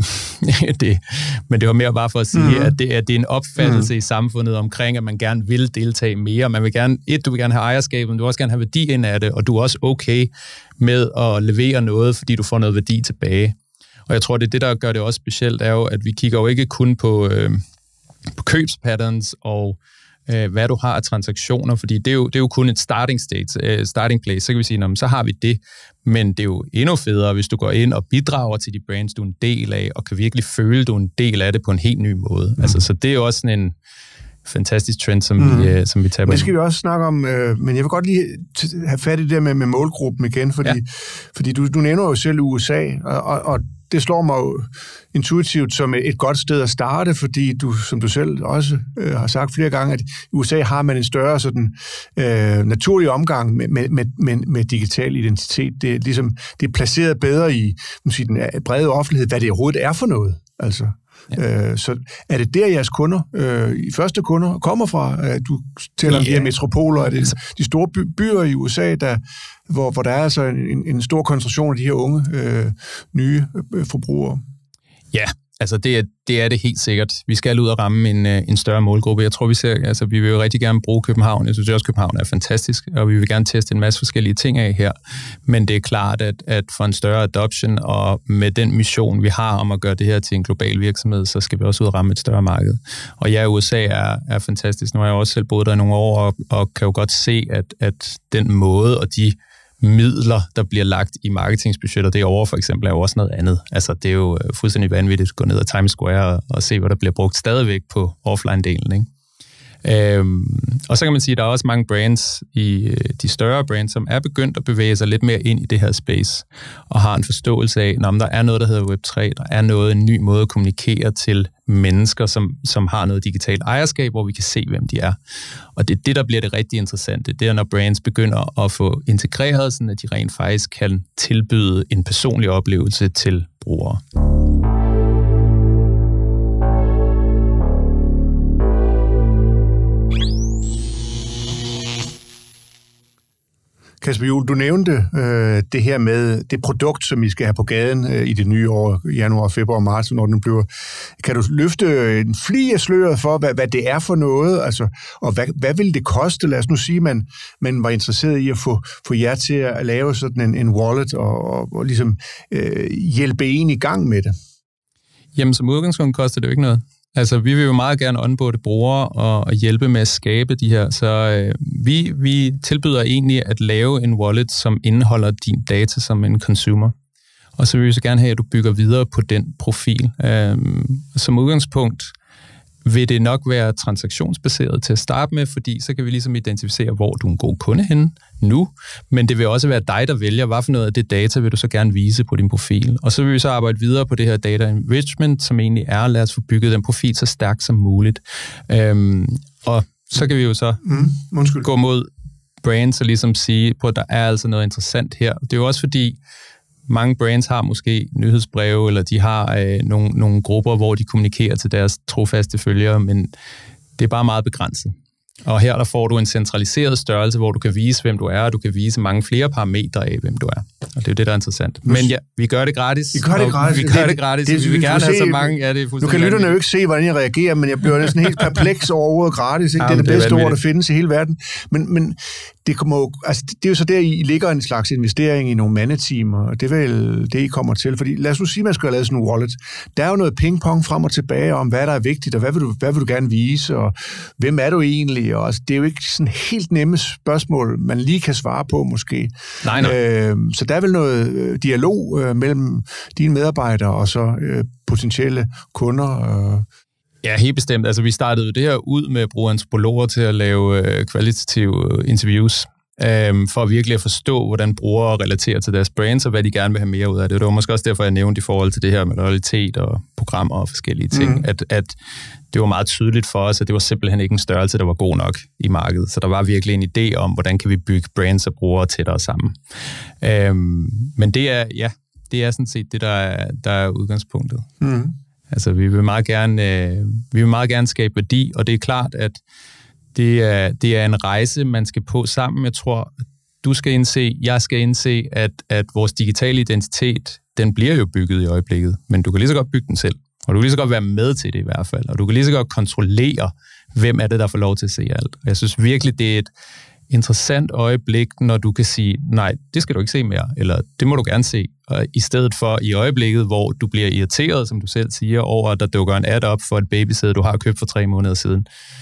det. Men det var mere bare for at sige, mm. at, det, at det er en opfattelse mm. i samfundet omkring, at man gerne vil deltage mere. Man vil gerne, et, du vil gerne have ejerskab, men du vil også gerne have værdi ind af det, og du er også okay med at levere noget, fordi du får noget værdi tilbage. Og jeg tror, det er det, der gør det også specielt, er jo, at vi kigger jo ikke kun på, øh, på købspatterns og hvad du har af transaktioner, fordi det er jo, det er jo kun et starting state, uh, starting place, så kan vi sige, så har vi det, men det er jo endnu federe, hvis du går ind og bidrager til de brands, du er en del af, og kan virkelig føle, du er en del af det på en helt ny måde. Mm. Altså, så det er jo også sådan en fantastisk trend, som, mm. vi, uh, som vi taber ind.
Det skal vi også snakke om, øh, men jeg vil godt lige have fat i det der med, med målgruppen igen, fordi, ja. fordi du, du nævner jo selv U S A, og, og, og det slår mig jo intuitivt som et godt sted at starte, fordi du, som du selv også øh, har sagt flere gange, at i U S A har man en større sådan, øh, naturlig omgang med, med, med, med digital identitet. Det er, ligesom, det er placeret bedre i sige, den brede offentlighed, hvad det overhovedet er for noget. Altså. Ja. Øh, så er det der, jeres kunder, øh, i første kunder, kommer fra? Øh, du taler om ja. de her metropoler, er det de store by- byer i U S A, der, hvor, hvor der er altså en, en stor koncentration af de her unge, øh, nye øh, forbrugere?
Ja, altså det er, det er det helt sikkert. Vi skal ud og ramme en, en større målgruppe. Jeg tror, vi ser, altså vi vil jo rigtig gerne bruge København. Jeg synes også, København er fantastisk, og vi vil gerne teste en masse forskellige ting af her. Men det er klart, at, at for en større adoption, og med den mission, vi har om at gøre det her til en global virksomhed, så skal vi også ud og ramme et større marked. Og ja, U S A er, er fantastisk. Nu har jeg også selv boet der i nogle år, og, og kan jo godt se, at, at den måde og de midler, der bliver lagt i marketingsbudgetter, det over for eksempel er jo også noget andet. Altså, det er jo fuldstændig vanvittigt at gå ned ad Times Square og, og se, hvad der bliver brugt stadigvæk på offline-delen, ikke? Øhm, og så kan man sige, at der er også mange brands, i de større brands, som er begyndt at bevæge sig lidt mere ind i det her space, og har en forståelse af, at der er noget, der hedder web tre, der er noget, en ny måde at kommunikere til mennesker, som, som har noget digitalt ejerskab, hvor vi kan se, hvem de er. Og det er det, der bliver det rigtig interessante. Det er, når brands begynder at få integreret, sådan at de rent faktisk kan tilbyde en personlig oplevelse til brugere.
Kasper Juhl, du nævnte øh, det her med det produkt, som I skal have på gaden øh, i det nye år, januar, februar, marts, når den bliver. Kan du løfte en fli af sløret for, hvad, hvad det er for noget, altså, og hvad, hvad vil det koste? Lad os nu sige, at man, man var interesseret i at få, få jer til at lave sådan en, en wallet og, og, og ligesom øh, hjælpe en i gang med det.
Jamen, som udgangspunkt koster det jo ikke noget. Altså, vi vil jo meget gerne onboarde brugere og, og hjælpe med at skabe de her. Så øh, vi, vi tilbyder egentlig at lave en wallet, som indeholder din data som en consumer. Og så vil vi så gerne have, at du bygger videre på den profil. Øhm, som udgangspunkt vil det nok være transaktionsbaseret til at starte med, fordi så kan vi ligesom identificere, hvor du er en god kunde henne nu, men det vil også være dig, der vælger, hvad for noget af det data vil du så gerne vise på din profil. Og så vil vi så arbejde videre på det her data enrichment, som egentlig er, lad os få bygget den profil så stærk som muligt. Øhm, og så kan vi jo så mm, gå mod brands og ligesom sige, på at der er altså noget interessant her. Det er jo også fordi, mange brands har måske nyhedsbreve, eller de har øh, nogle, nogle grupper, hvor de kommunikerer til deres trofaste følgere, men det er bare meget begrænset. Og her der får du en centraliseret størrelse, hvor du kan vise, hvem du er, og du kan vise mange flere parametre af, hvem du er. Og det er jo det, der er interessant. Men ja, vi gør det gratis.
Vi gør det gratis.
Vi gør det gratis. Det, det, vi vil gerne have så mange. Ja, det er
nu kan lytterne jo ikke se, hvordan jeg reagerer, men jeg bliver næsten helt perpleks over ordet gratis. Ikke? Ja, det er det bedste ord, der findes i hele verden. Men, men det, kommer, altså, det er jo så der, I ligger en slags investering i nogle mandeteamer, og det er vel det, I kommer til. Fordi lad os nu sige, at man skal have lavet sådan en wallet. Der er jo noget ping-pong frem og tilbage om, hvad der er vigtigt, og hvad vil du, hvad vil du gerne vise, og hvem er du egentlig? Og, altså, det er jo ikke sådan helt nemme spørgsmål, man lige kan svare på måske.
Nej, nej.
Øh, så der er vel noget øh, dialog øh, mellem dine medarbejdere og så øh, potentielle kunder. Øh.
Ja, helt bestemt. Altså, vi startede det her ud med at bruge antropologer til at lave øh, kvalitative interviews, øh, for virkelig at forstå, hvordan brugere relaterer til deres brands, og hvad de gerne vil have mere ud af det. Det var måske også derfor, jeg nævnte i forhold til det her med loyalitet og programmer og forskellige ting, mm. at, at det var meget tydeligt for os, at det var simpelthen ikke en størrelse, der var god nok i markedet. Så der var virkelig en idé om, hvordan kan vi bygge brands og brugere tættere sammen. Øh, men det er, ja, det er sådan set det, der er, der er udgangspunktet. Mm. Altså, vi vil meget gerne, øh, vi vil meget gerne skabe værdi, og det er klart, at det er, det er en rejse, man skal på sammen. Jeg tror, du skal indse, jeg skal indse, at, at vores digitale identitet, den bliver jo bygget i øjeblikket, men du kan lige så godt bygge den selv, og du kan lige så godt være med til det i hvert fald, og du kan lige så godt kontrollere, hvem er det, der får lov til at se alt. Og jeg synes virkelig, det er et interessant øjeblik, når du kan sige, nej, det skal du ikke se mere, eller det må du gerne se, og i stedet for i øjeblikket, hvor du bliver irriteret, som du selv siger, over at der dukker en ad op for et babysæde, du har købt for tre måneder siden.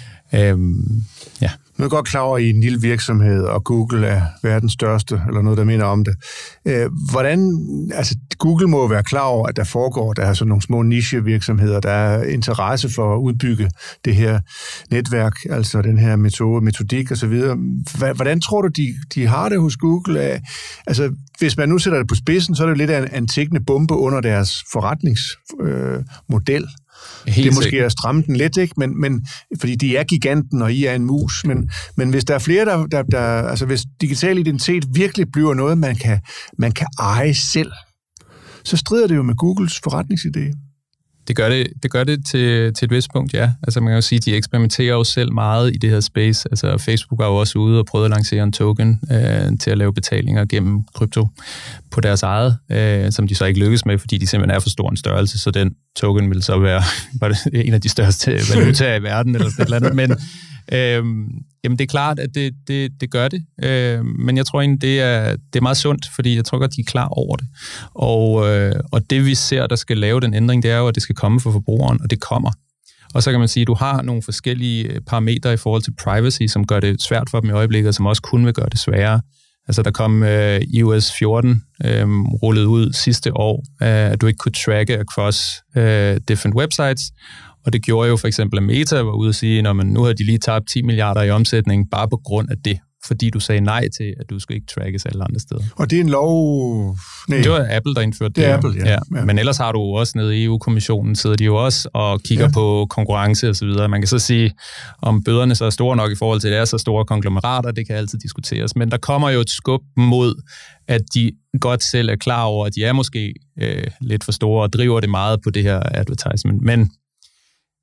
Øhm, ja.
Nu er jeg godt klar over, at I er en lille virksomhed, og Google er verdens største, eller noget, der minder om det. Øh, hvordan, altså Google må være klar over, at der foregår, der er sådan nogle små nichevirksomheder, der er interesse for at udbygge det her netværk, altså den her metode, metodik osv. Hvordan tror du, de, de har det hos Google? Altså, hvis man nu sætter det på spidsen, så er det jo lidt af en tikkende bombe under deres forretningsmodel. Øh, Helt det er måske at stramme den lidt, ikke? Men, men, fordi de er giganten, og I er en mus. Men, men hvis der er flere, der, der, der... Altså, hvis digital identitet virkelig bliver noget, man kan, man kan eje selv, så strider det jo med Googles forretningsidé.
Det gør det, det, gør det til, til et vist punkt, ja. Altså, man kan jo sige, at de eksperimenterer jo selv meget i det her space. Altså, Facebook er jo også ude og prøvet at lancere en token øh, til at lave betalinger gennem krypto på deres eget, øh, som de så ikke lykkes med, fordi de simpelthen er for stor en størrelse, så den token vil så være var det en af de største valutaer i verden, eller sådan et eller andet. Men øh, jamen, det er klart, at det, det, det gør det. Øh, men jeg tror egentlig, det er, det er meget sundt, fordi jeg tror godt, de er klar over det. Og, øh, og det, vi ser, der skal lave den ændring, det er jo, at det skal komme fra forbrugeren, og det kommer. Og så kan man sige, at du har nogle forskellige parametre i forhold til privacy, som gør det svært for dem i øjeblikket, og som også kun vil gøre det sværere. Altså, der kom øh, i O S fjorten øh, rullet ud sidste år, øh, at du ikke kunne tracke across øh, different websites. Og det gjorde jo for eksempel, at Meta var ude at sige, at nu har de lige tabt ti milliarder i omsætning, bare på grund af det. Fordi du sagde nej til, at du skulle ikke trackes alle andre steder.
Og det er en lov...
Nej. Det var Apple, der indførte det.
Det er Apple, ja.
ja. ja. Men ellers har du også nede i E U-kommissionen, sidder de jo også og kigger ja. på konkurrence og så videre. Man kan så sige, om bøderne så er store nok i forhold til, at det er så store konglomerater, det kan altid diskuteres. Men der kommer jo et skub mod, at de godt selv er klar over, at de er måske øh, lidt for store og driver det meget på det her advertisement. Men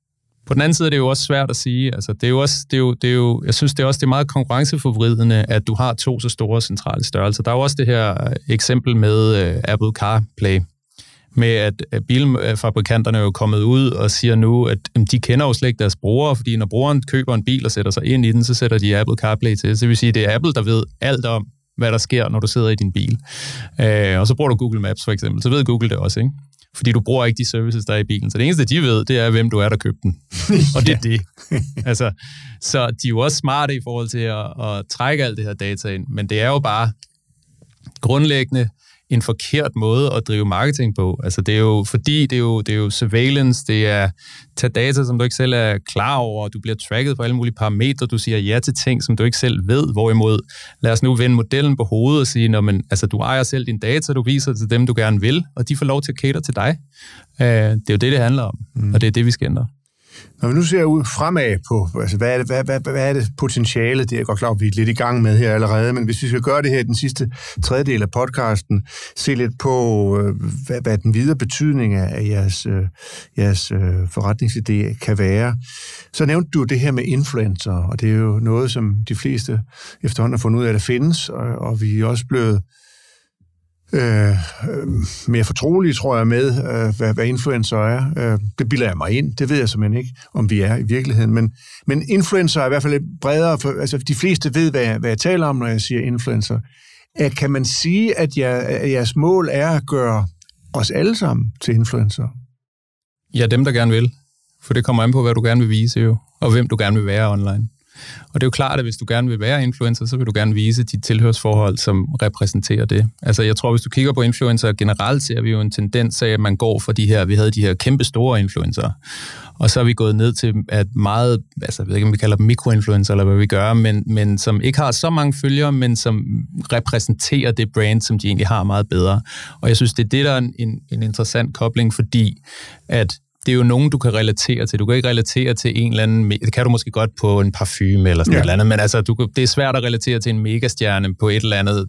På den anden side er det jo også svært at sige. Altså, det er jo også, det er jo, det er jo, jeg synes det er også det er meget konkurrenceforvridende, at du har to så store centrale størrelser. Der er jo også det her eksempel med uh, Apple CarPlay, med at, at bilfabrikanterne er jo kommet ud og siger nu, at um, de kender jo slet ikke deres brugere, fordi når brugeren køber en bil og sætter sig ind i den, så sætter de Apple CarPlay til. Så det vil sige, at det er Apple, der ved alt om, hvad der sker, når du sidder i din bil. Uh, og så bruger du Google Maps for eksempel, så ved Google det også, ikke? Fordi du bruger ikke de services, der er i bilen. Så det eneste, de ved, det er, hvem du er, der købte den. Og det er det. Altså, så de er jo også smarte i forhold til at, at trække alt det her data ind. Men det er jo bare grundlæggende en forkert måde at drive marketing på. Altså, det er jo fordi, det er jo, det er jo surveillance, det er tage data, som du ikke selv er klar over, du bliver tracket på alle mulige parametre, du siger ja til ting, som du ikke selv ved, hvorimod, lad os nu vende modellen på hovedet og sige, men, altså, du ejer selv dine data, du viser det til dem, du gerne vil, og de får lov til at cater til dig. Uh, det er jo det, det handler om, mm. og det er det, vi skal ændre.
Når vi nu ser ud fremad på, altså hvad er det, hvad, hvad, hvad er det potentiale, det er godt klar, at vi er lidt i gang med her allerede, men hvis vi skal gøre det her i den sidste tredjedel af podcasten, se lidt på, hvad, hvad den videre betydning af jeres, jeres forretningsidé kan være, så nævnte du det her med influencer, og det er jo noget, som de fleste efterhånden har fundet ud af, at der findes, og, og vi er også blevet Øh, mere fortrolige, tror jeg, med, øh, hvad, hvad influencer er. Øh, det bilder jeg mig ind. Det ved jeg simpelthen ikke, om vi er i virkeligheden. Men, men influencer er i hvert fald lidt bredere. For, altså, de fleste ved, hvad jeg, hvad jeg taler om, når jeg siger influencer. At, kan man sige, at, jeg, at jeres mål er at gøre os alle sammen til influencer?
Ja, dem, der gerne vil. For det kommer an på, hvad du gerne vil vise, jo. Og hvem du gerne vil være online. Og det er jo klart, at hvis du gerne vil være influencer, så vil du gerne vise dit tilhørsforhold, som repræsenterer det. Altså jeg tror, hvis du kigger på influencer generelt, ser vi jo en tendens af, at man går for de her, vi havde de her kæmpe store influencer, og så er vi gået ned til, at meget, altså jeg ved ikke, om vi kalder dem mikroinfluencer, eller hvad vi gør, men, men som ikke har så mange følgere, men som repræsenterer det brand, som de egentlig har meget bedre. Og jeg synes, det er det, der er en, en interessant kobling, fordi at det er jo nogen, du kan relatere til. Du kan ikke relatere til en eller anden... Det kan du måske godt på en parfume eller sådan ja. et eller andet, men altså, du, det er svært at relatere til en megastjerne på et eller andet,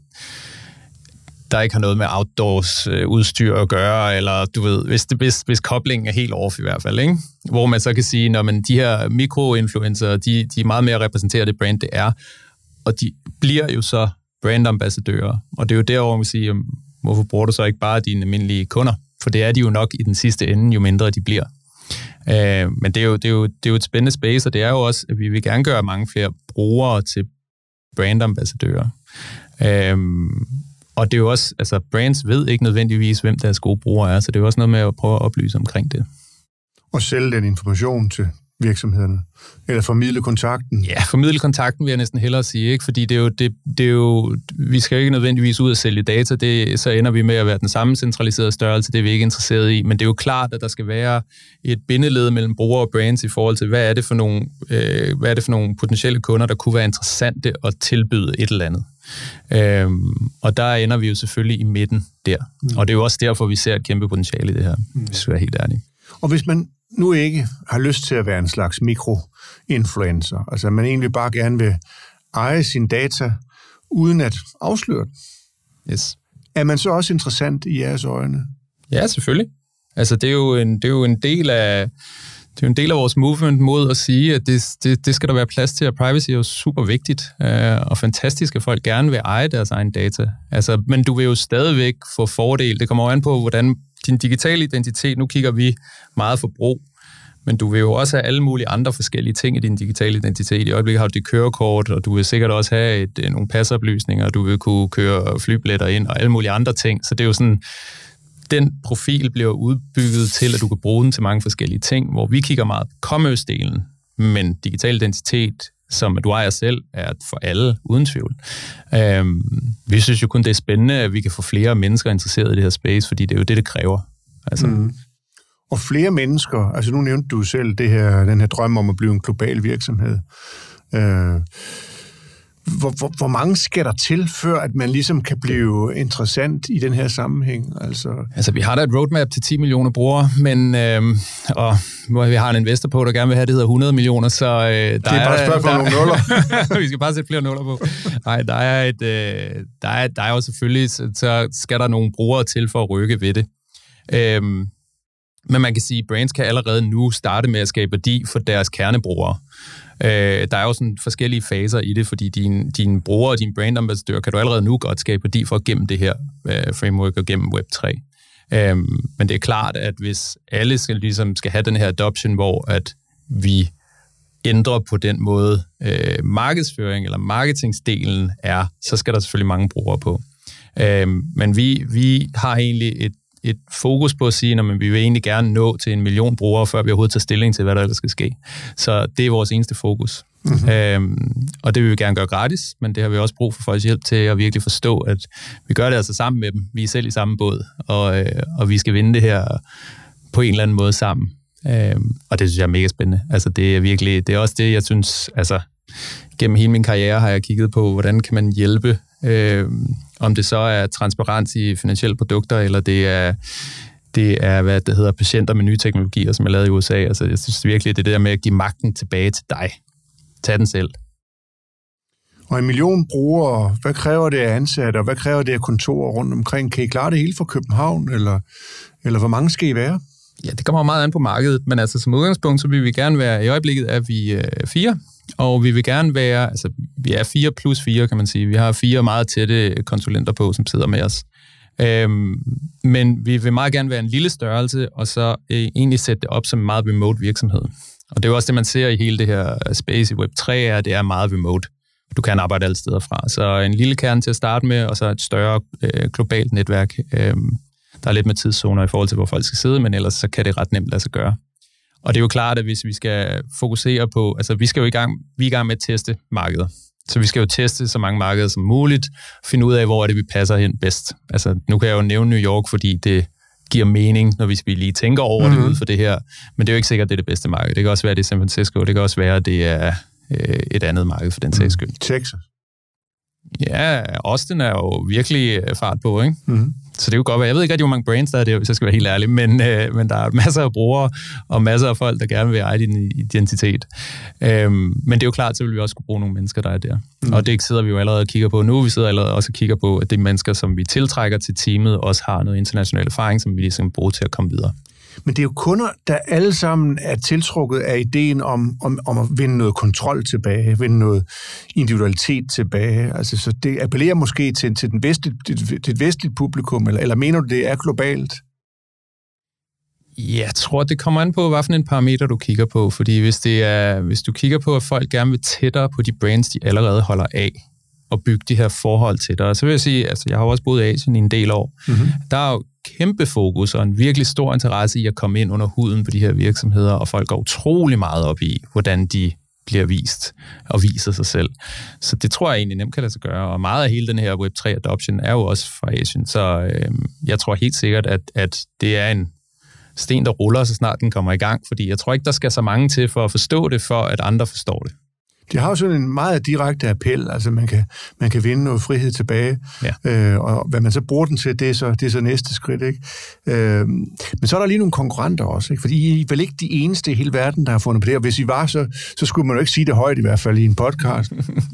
der ikke har noget med outdoors øh, udstyr at gøre, eller du ved, hvis, det, hvis, hvis koblingen er helt off i hvert fald, ikke? Hvor man så kan sige, når man de her mikroinfluencer, de, de meget mere repræsenterer det brand, det er, og de bliver jo så brandambassadører. Og det er jo derover, man siger, hvorfor bruger du så ikke bare dine almindelige kunder? For det er de jo nok i den sidste ende, jo mindre de bliver. Øh, men det er, jo, det, er jo, det er jo et spændende space, og det er jo også, at vi vil gerne gøre mange flere brugere til brandambassadører. Øh, og det er jo også, altså brands ved ikke nødvendigvis, hvem deres gode brugere er, så det er jo også noget med at prøve at oplyse omkring det.
Og sælge den information til virksomhederne, eller formidle kontakten?
Ja, formidle kontakten vil jeg næsten hellere sige, ikke? Fordi det er jo, det, det er jo, vi skal jo ikke nødvendigvis ud og sælge data, det, så ender vi med at være den samme centraliserede størrelse, det er vi ikke interesseret i, men det er jo klart, at der skal være et bindeled mellem brugere og brands i forhold til, hvad er det for nogle, øh, hvad er det for nogle potentielle kunder, der kunne være interessante at tilbyde et eller andet. Øhm, og der ender vi jo selvfølgelig i midten der, mm. og det er jo også derfor, vi ser et kæmpe potentiale i det her, mm. hvis vi er helt ærlige.
Og hvis man nu ikke har lyst til at være en slags mikroinfluencer, altså man egentlig bare gerne vil eje sine data, uden at afsløre den,
yes.
er man så også interessant i jeres øjne?
Ja, selvfølgelig. Altså det er jo en, det er jo en del af det er jo en del af vores movement mod at sige, at det, det, det skal der være plads til, og privacy er jo super vigtigt, øh, og fantastisk, at folk gerne vil eje deres egen data. Altså, men du vil jo stadigvæk få fordel. Det kommer jo an på, hvordan din digitale identitet, nu kigger vi meget forbrug, men du vil jo også have alle mulige andre forskellige ting i din digitale identitet. I øjeblikket har du dit kørekort, og du vil sikkert også have et, nogle pasoplysninger, og du vil kunne køre flybilletter ind, og alle mulige andre ting. Så det er jo sådan, den profil bliver udbygget til, at du kan bruge den til mange forskellige ting, hvor vi kigger meget på commerce-delen, men digital identitet, som du ejer selv, er for alle, uden tvivl. Øhm, vi synes jo kun, det er spændende, at vi kan få flere mennesker interesseret i det her space, fordi det er jo det, det kræver. Altså. Mm.
Og flere mennesker, altså nu nævnte du selv det her, den her drøm om at blive en global virksomhed. Øh, hvor, hvor, hvor mange skal der til, før at man ligesom kan blive interessant i den her sammenhæng? Altså,
altså vi har da et roadmap til ti millioner brugere, men øhm, og vi har en investor på, der gerne vil have, det hedder hundrede millioner, så øh, der
det er bare et spørgsmål om nogle nuller.
Vi skal bare sætte flere nuller på. Nej, der er et, øh, der er, der er jo selvfølgelig, så skal der nogle brugere til for at rykke ved det. Øhm, Men man kan sige, at brands kan allerede nu starte med at skabe værdi for deres kernebrugere. Øh, der er jo sådan forskellige faser i det, fordi dine din brugere og din brandambassadør kan du allerede nu godt skabe værdi for gennem det her øh, framework og gennem web tre. Øh, men det er klart, at hvis alle skal, ligesom, skal have den her adoption, hvor at vi ændrer på den måde øh, markedsføring eller marketingsdelen er, så skal der selvfølgelig mange brugere på. Øh, men vi, vi har egentlig et et fokus på at sige, at vi vil egentlig gerne nå til en million brugere, før vi overhovedet tager stilling til, hvad der ellers skal ske. Så det er vores eneste fokus. Mm-hmm. Øhm, og det vil vi gerne gøre gratis, men det har vi også brug for folks hjælp til at virkelig forstå, at vi gør det altså sammen med dem. Vi er selv i samme båd, og, øh, og vi skal vinde det her på en eller anden måde sammen. Øhm, og det synes jeg er mega spændende. Altså det er virkelig, det er også det, jeg synes, altså gennem hele min karriere har jeg kigget på, hvordan kan man hjælpe, øh, om det så er transparens i finansielle produkter, eller det er, det er hvad det hedder, patienter med nye teknologier, som er lavet i U S A. Altså jeg synes virkelig, det er det der med at give magten tilbage til dig. Tag den selv.
Og en million brugere, hvad kræver det af ansatte, og hvad kræver det af kontorer rundt omkring? Kan I klare det hele fra København, eller, eller hvor mange skal I være?
Ja, det kommer meget an på markedet, men altså som udgangspunkt, så vil vi gerne være, i øjeblikket er vi øh, fire, og vi vil gerne være, altså vi er fire plus fire, kan man sige. Vi har fire meget tætte konsulenter på, som sidder med os. Øhm, men vi vil meget gerne være en lille størrelse, og så øh, egentlig sætte det op som en meget remote virksomhed. Og det er jo også det, man ser i hele det her space i web tre, er, at det er meget remote. Du kan arbejde alle steder fra. Så en lille kerne til at starte med, og så et større øh, globalt netværk. Øhm, der er lidt med tidszoner i forhold til, hvor folk skal sidde, men ellers så kan det ret nemt lade sig gøre. Og det er jo klart, at hvis vi skal fokusere på, altså vi skal jo i gang, vi er i gang med at teste markeder. Så vi skal jo teste så mange markeder som muligt, finde ud af, hvor er det, vi passer hen bedst. Altså nu kan jeg jo nævne New York, fordi det giver mening, når vi lige tænker over mm-hmm. det ud for det her. Men det er jo ikke sikkert, det er det bedste marked. Det kan også være, det er San Francisco, det kan også være, det er øh, et andet marked for den sags skyld.
Texas.
Ja, Austin er jo virkelig fart på, ikke? Mm-hmm. Så det er jo godt være. Jeg ved ikke rigtig, hvor mange brands der er der, hvis jeg skal være helt ærlig, men, øh, men der er masser af brugere og masser af folk, der gerne vil eje din identitet. Øhm, men det er jo klart, så vil vi også kunne bruge nogle mennesker, der er der. Mm. Og det sidder vi jo allerede og kigger på nu. Vi sidder allerede også og kigger på, at de mennesker, som vi tiltrækker til teamet, også har noget international erfaring, som vi ligesom bruger til at komme videre.
Men det er jo kunder, der alle sammen er tiltrukket af ideen om, om, om at vinde noget kontrol tilbage, vinde noget individualitet tilbage. Altså, så det appellerer måske til, til den vestlige, til et vestligt publikum, eller, eller mener du, det er globalt?
Jeg tror, det kommer an på, hvad for en parameter du kigger på. Fordi hvis, det er, hvis du kigger på, at folk gerne vil tættere på de brands, de allerede holder af, og bygge de her forhold til dig. Så vil jeg sige, altså jeg har også boet i Asien i en del år. Mm-hmm. Der er jo kæmpe fokus og en virkelig stor interesse i at komme ind under huden på de her virksomheder, og folk går utrolig meget op i, hvordan de bliver vist og viser sig selv. Så det tror jeg egentlig nemt kan lade sig gøre, og meget af hele den her web tre adoption er jo også fra Asien, så øh, jeg tror helt sikkert, at, at det er en sten, der ruller, så snart den kommer i gang, fordi jeg tror ikke, der skal så mange til for at forstå det, for at andre forstår det.
Det har jo sådan en meget direkte appel, altså man kan, man kan vinde noget frihed tilbage, ja. øh, og hvad man så bruger den til, det er så, det er så næste skridt, ikke? Øh, men så er der lige nogle konkurrenter også, ikke? Fordi I er vel ikke de eneste i hele verden, der har fundet på det, og hvis I var, så, så skulle man jo ikke sige det højt i hvert fald i en podcast.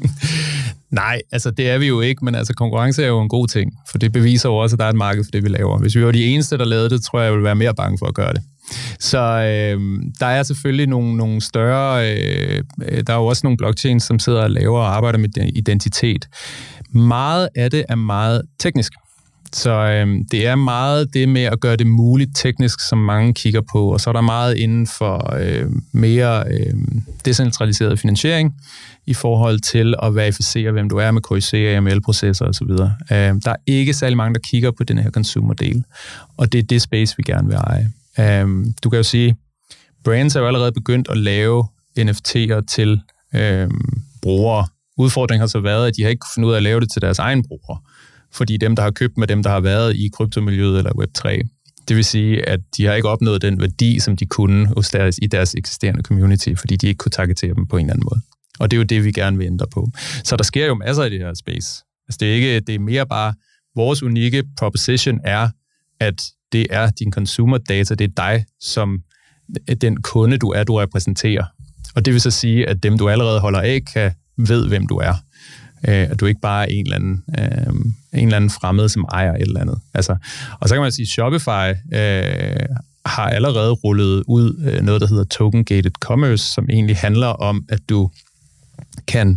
Nej, altså det er vi jo ikke, men altså konkurrence er jo en god ting, for det beviser jo også, at der er et marked for det, vi laver. Hvis vi var de eneste, der lavede det, tror jeg, jeg ville være mere bange for at gøre det. Så øh, der er selvfølgelig nogle, nogle større, øh, der er jo også nogle blockchains, som sidder og laver og arbejder med identitet. Meget af det er meget teknisk. Så øh, det er meget det med at gøre det muligt teknisk, som mange kigger på, og så er der meget inden for øh, mere øh, decentraliseret finansiering i forhold til at verificere, hvem du er med K Y C, A M L-processer osv. Øh, der er ikke særlig mange, der kigger på den her consumer-del, og det er det space, vi gerne vil eje. Um, du kan jo sige, brands er jo allerede begyndt at lave N F T'er til um, brugere. Udfordringen har så været, at de har ikke fundet ud af at lave det til deres egen brugere, fordi dem, der har købt med dem, der har været i kryptomiljøet eller web tre, det vil sige, at de har ikke opnået den værdi, som de kunne hos deres, i deres eksisterende community, fordi de ikke kunne targetere dem på en eller anden måde. Og det er jo det, vi gerne vil ændre på. Så der sker jo masser i det her space. Altså, det er ikke, det er mere bare, vores unikke proposition er, at det er din consumer data, det er dig som den kunde, du er, du repræsenterer. Og det vil så sige, at dem, du allerede holder af, kan ved, hvem du er. At du ikke bare er en eller anden, øh, en eller anden fremmed, som ejer et eller andet. Altså, og så kan man sige, Shopify øh, har allerede rullet ud øh, noget, der hedder token-gated commerce, som egentlig handler om, at du kan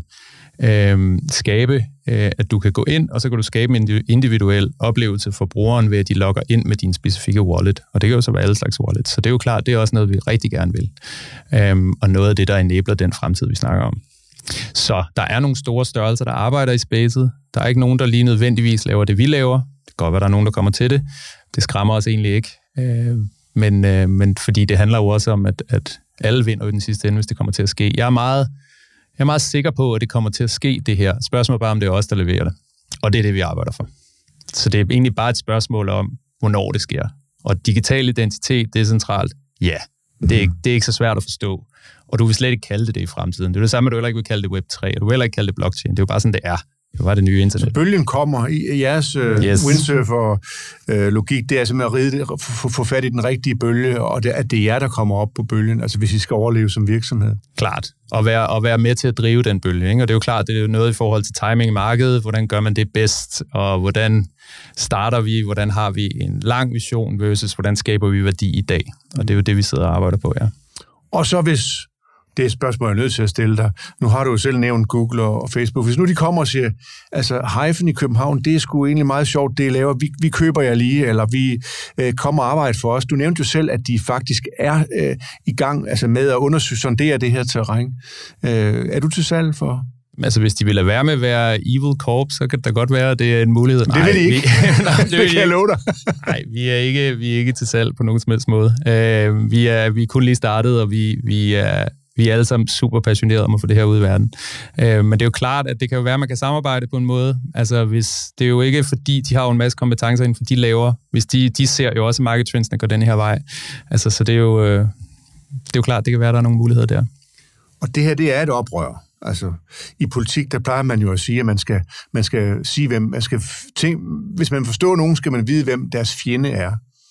øh, skabe, øh, at du kan gå ind, og så kan du skabe en individuel oplevelse for brugeren, ved at de logger ind med din specifikke wallet. Og det kan jo så være alle slags wallets. Så det er jo klart, det er også noget, vi rigtig gerne vil. Øh, og noget af det, der enabler den fremtid, vi snakker om. Så der er nogle store størrelser, der arbejder i spacet. Der er ikke nogen, der lige nødvendigvis laver det, vi laver. Det kan godt være, der er nogen, der kommer til det. Det skræmmer os egentlig ikke. Øh, men, øh, men fordi det handler jo også om, at, at alle vinder i den sidste ende, hvis det kommer til at ske. Jeg er meget, jeg er meget sikker på, at det kommer til at ske, det her. Spørgsmålet er bare, om det er os, der leverer det. Og det er det, vi arbejder for. Så det er egentlig bare et spørgsmål om, hvornår det sker. Og digital identitet, det er centralt. Ja, det er, ikke, det er ikke så svært at forstå. Og du vil slet ikke kalde det det i fremtiden. Det er det samme, at du heller ikke vil kalde det web tre, og du vil heller ikke kalde det blockchain. Det er jo bare sådan, det er. Det var det nye internet.
Så bølgen kommer i jeres uh, yes. windsurfer-logik, uh, det er simpelthen at få, få fat i den rigtige bølge, og det, at det er jer, der kommer op på bølgen, altså hvis I skal overleve som virksomhed.
Klart. Og være, og være med til at drive den bølge. Ikke? Og det er jo klart, det er jo noget i forhold til timing i markedet. Hvordan gør man det bedst? Og hvordan starter vi? Hvordan har vi en lang vision versus hvordan skaber vi værdi i dag? Og det er jo det, vi sidder og arbejder på, ja.
Og så hvis... Det er et spørgsmål, jeg er nødt til at stille dig. Nu har du jo selv nævnt Google og Facebook. Hvis nu de kommer og siger, altså Hyphen i København, det er sgu egentlig meget sjovt, det I laver. Vi, vi køber jer lige, eller vi øh, kommer og arbejder for os. Du nævnte jo selv, at de faktisk er øh, i gang altså med at undersøge, sondere det her terræn. Øh, er du til salg for...
Altså, hvis de vil lade være med at være evil corp, så kan det da godt være, at det er en mulighed.
Det vil de ikke. Vi, nej, det, det kan jeg love dig.
Nej, vi er, ikke, vi er ikke til salg på nogen som helst måde. Uh, vi, er, vi er kun lige startet, og vi, vi, er, vi er alle sammen super passionerede om at få det her ud i verden. Uh, men det er jo klart, at det kan jo være, at man kan samarbejde på en måde. Altså, hvis, det er jo ikke fordi, de har jo en masse kompetencer inden for de laver. Hvis de, de ser jo også marketrendene går den her vej. Altså, så det er jo, uh, det er jo klart, det kan være, at der er nogle muligheder der.
Og det her, det er et oprør. Altså, i politik, der plejer man jo at sige, at man skal, man skal sige, hvem, man skal tænke, hvis man forstår nogen, skal man vide, hvem deres fjende er.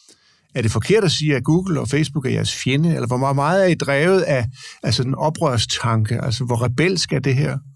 Er det forkert at sige, at Google og Facebook er jeres fjende? Eller hvor meget er I drevet af altså den oprørstanke? Altså, hvor rebelsk er det her?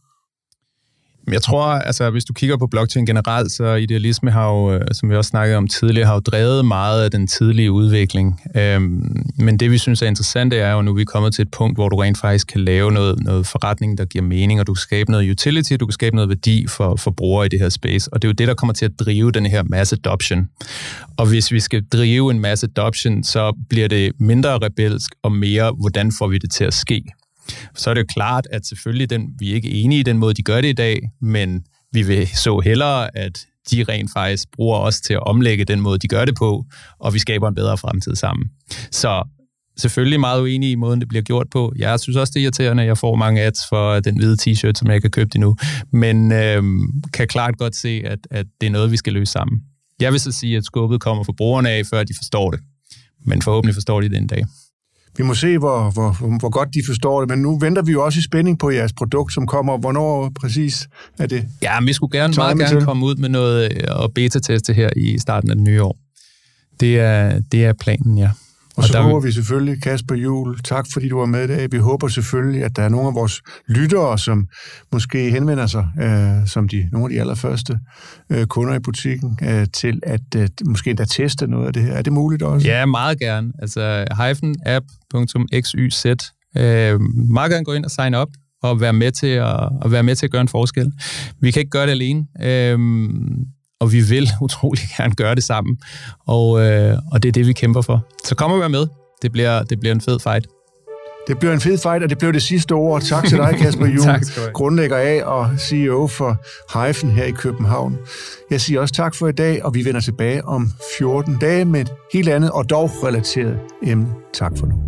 Jeg tror, altså hvis du kigger på blockchain generelt, så idealisme har jo, som vi også snakkede om tidligere, har jo drevet meget af den tidlige udvikling. Øhm, men det, vi synes er interessant, er jo, nu vi er kommet til et punkt, hvor du rent faktisk kan lave noget, noget forretning, der giver mening, og du kan skabe noget utility, du kan skabe noget værdi for, for brugere i det her space. Og det er jo det, der kommer til at drive den her mass adoption. Og hvis vi skal drive en mass adoption, så bliver det mindre rebelsk og mere, hvordan får vi det til at ske? Så er det jo klart, at selvfølgelig den, vi er ikke enige i den måde, de gør det i dag, men vi vil så hellere, at de rent faktisk bruger os til at omlægge den måde, de gør det på, og vi skaber en bedre fremtid sammen. Så selvfølgelig meget uenig i måden, det bliver gjort på. Jeg synes også, det er irriterende, at jeg får mange ads for den hvide t-shirt, som jeg ikke har købt endnu, men øhm, kan klart godt se, at, at det er noget, vi skal løse sammen. Jeg vil så sige, at skubbet kommer fra brugerne af, før de forstår det, men forhåbentlig forstår de det en dag.
Vi må se, hvor, hvor, hvor godt de forstår det, men nu venter vi jo også i spænding på jeres produkt, som kommer. Hvornår præcis er det?
Ja, men vi skulle gerne, meget gerne komme ud med noget og beta-teste her i starten af det nye år. Det er, det er planen, ja.
Og, og så håber vi selvfølgelig, Kasper Juhl, tak fordi du var med i dag. Vi håber selvfølgelig, at der er nogle af vores lyttere, som måske henvender sig, øh, som de, nogle af de allerførste øh, kunder i butikken, øh, til at øh, måske endda teste noget af det her. Er det muligt også?
Ja, meget gerne. Altså hyphen app punktum x y z. Øh, meget gerne gå ind og sign up og være med til at, og være med til at gøre en forskel. Vi kan ikke gøre det alene. Øh, Og vi vil utrolig gerne gøre det sammen. Og, øh, og det er det, vi kæmper for. Så kom og vær med. Det bliver, det bliver en fed fight.
Det bliver en fed fight, og det blev det sidste ord. Tak til dig, Kasper Juhl, grundlægger af og C E O for Hyphen her i København. Jeg siger også tak for i dag, og vi vender tilbage om fjorten dage med et helt andet og dog relateret emne. Tak for nu.